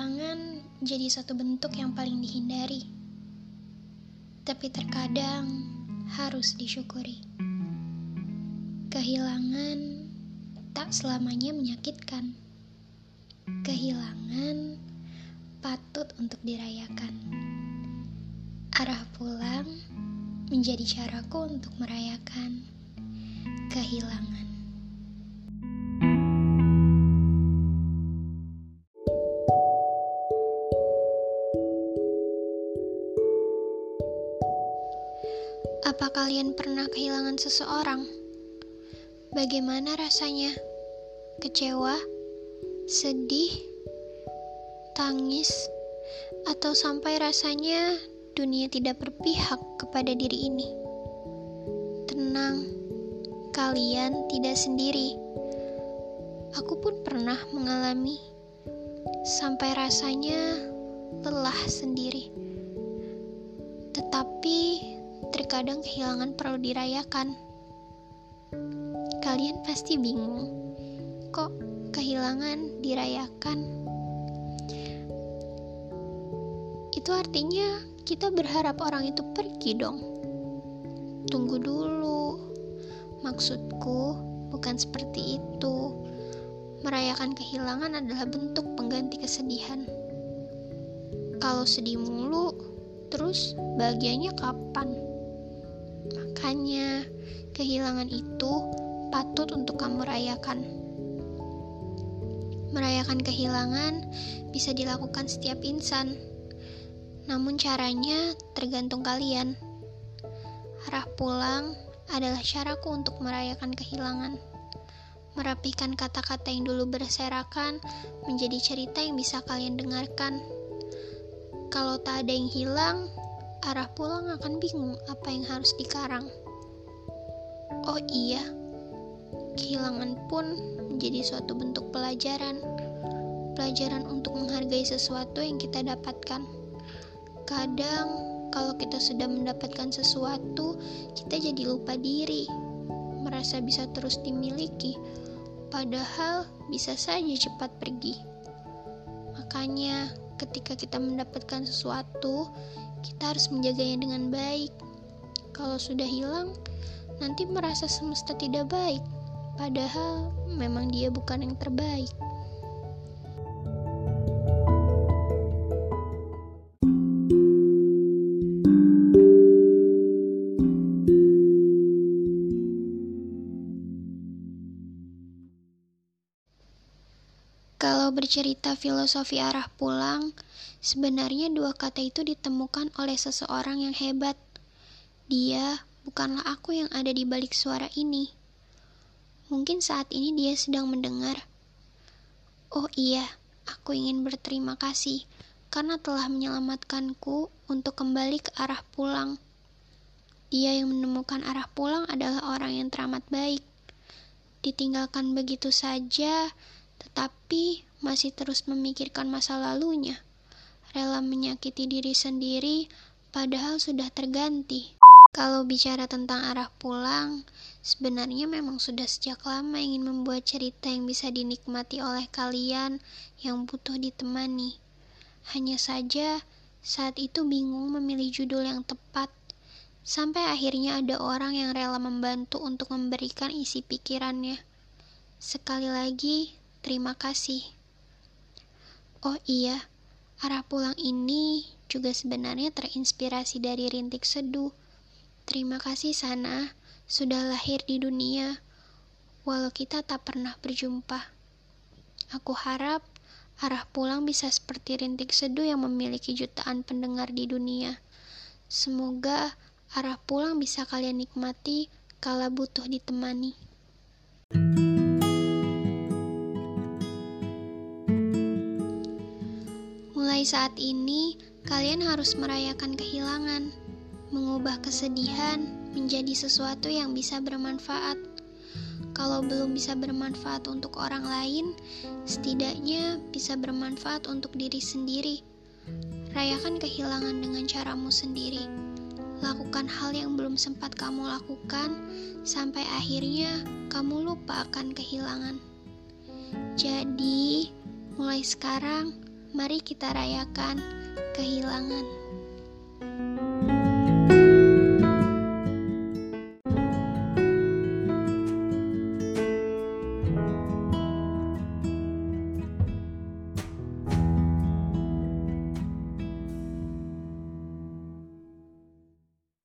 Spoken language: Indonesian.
Kehilangan jadi satu bentuk yang paling dihindari, tapi terkadang harus disyukuri. Kehilangan tak selamanya menyakitkan. Kehilangan patut untuk dirayakan. Arah pulang menjadi caraku untuk merayakan kehilangan. Apa kalian pernah kehilangan seseorang? Bagaimana rasanya? Kecewa? Sedih? Tangis? Atau sampai rasanya dunia tidak berpihak kepada diri ini? Tenang, kalian tidak sendiri. Aku pun pernah mengalami, sampai rasanya lelah sendiri. Tetapi terkadang kehilangan perlu dirayakan. Kalian pasti bingung, kok kehilangan dirayakan? Itu artinya kita berharap orang itu pergi dong. Tunggu dulu. Maksudku bukan seperti itu. Merayakan kehilangan adalah bentuk pengganti kesedihan. Kalau sedih mulu, terus bahagianya kapan? Makanya kehilangan itu patut untuk kamu rayakan. Merayakan kehilangan bisa dilakukan setiap insan, namun caranya tergantung kalian. Arah pulang adalah caraku untuk merayakan kehilangan. Merapihkan kata-kata yang dulu berserakan menjadi cerita yang bisa kalian dengarkan. Kalau tak ada yang hilang, arah pulang akan bingung apa yang harus dikarang. Oh iya, kehilangan pun menjadi suatu bentuk pelajaran. Pelajaran untuk menghargai sesuatu yang kita dapatkan. Kadang, kalau kita sudah mendapatkan sesuatu, kita jadi lupa diri. Merasa bisa terus dimiliki, padahal bisa saja cepat pergi. Makanya, ketika kita mendapatkan sesuatu, kita harus menjaganya dengan baik. Kalau sudah hilang, nanti merasa semesta tidak baik, padahal memang dia bukan yang terbaik. Kalau bercerita filosofi arah pulang, sebenarnya dua kata itu ditemukan oleh seseorang yang hebat. Dia bukanlah aku yang ada di balik suara ini. Mungkin saat ini dia sedang mendengar. Oh iya, aku ingin berterima kasih karena telah menyelamatkanku untuk kembali ke arah pulang. Dia yang menemukan arah pulang adalah orang yang teramat baik. Ditinggalkan begitu saja, tetapi masih terus memikirkan masa lalunya. Rela menyakiti diri sendiri, padahal sudah terganti. Kalau bicara tentang arah pulang, sebenarnya memang sudah sejak lama ingin membuat cerita yang bisa dinikmati oleh kalian yang butuh ditemani. Hanya saja, saat itu bingung memilih judul yang tepat. Sampai akhirnya ada orang yang rela membantu untuk memberikan isi pikirannya. Sekali lagi, terima kasih. Oh iya, arah pulang ini juga sebenarnya terinspirasi dari Rintik Seduh. Terima kasih Sana, sudah lahir di dunia, walau kita tak pernah berjumpa. Aku harap arah pulang bisa seperti Rintik Seduh yang memiliki jutaan pendengar di dunia. Semoga arah pulang bisa kalian nikmati kala butuh ditemani. Mulai saat ini, kalian harus merayakan kehilangan, mengubah kesedihan menjadi sesuatu yang bisa bermanfaat. Kalau belum bisa bermanfaat untuk orang lain, setidaknya bisa bermanfaat untuk diri sendiri. Rayakan kehilangan dengan caramu sendiri. Lakukan hal yang belum sempat kamu lakukan, sampai akhirnya kamu lupa akan kehilangan. Jadi, mulai sekarang, Mari kita rayakan kehilangan.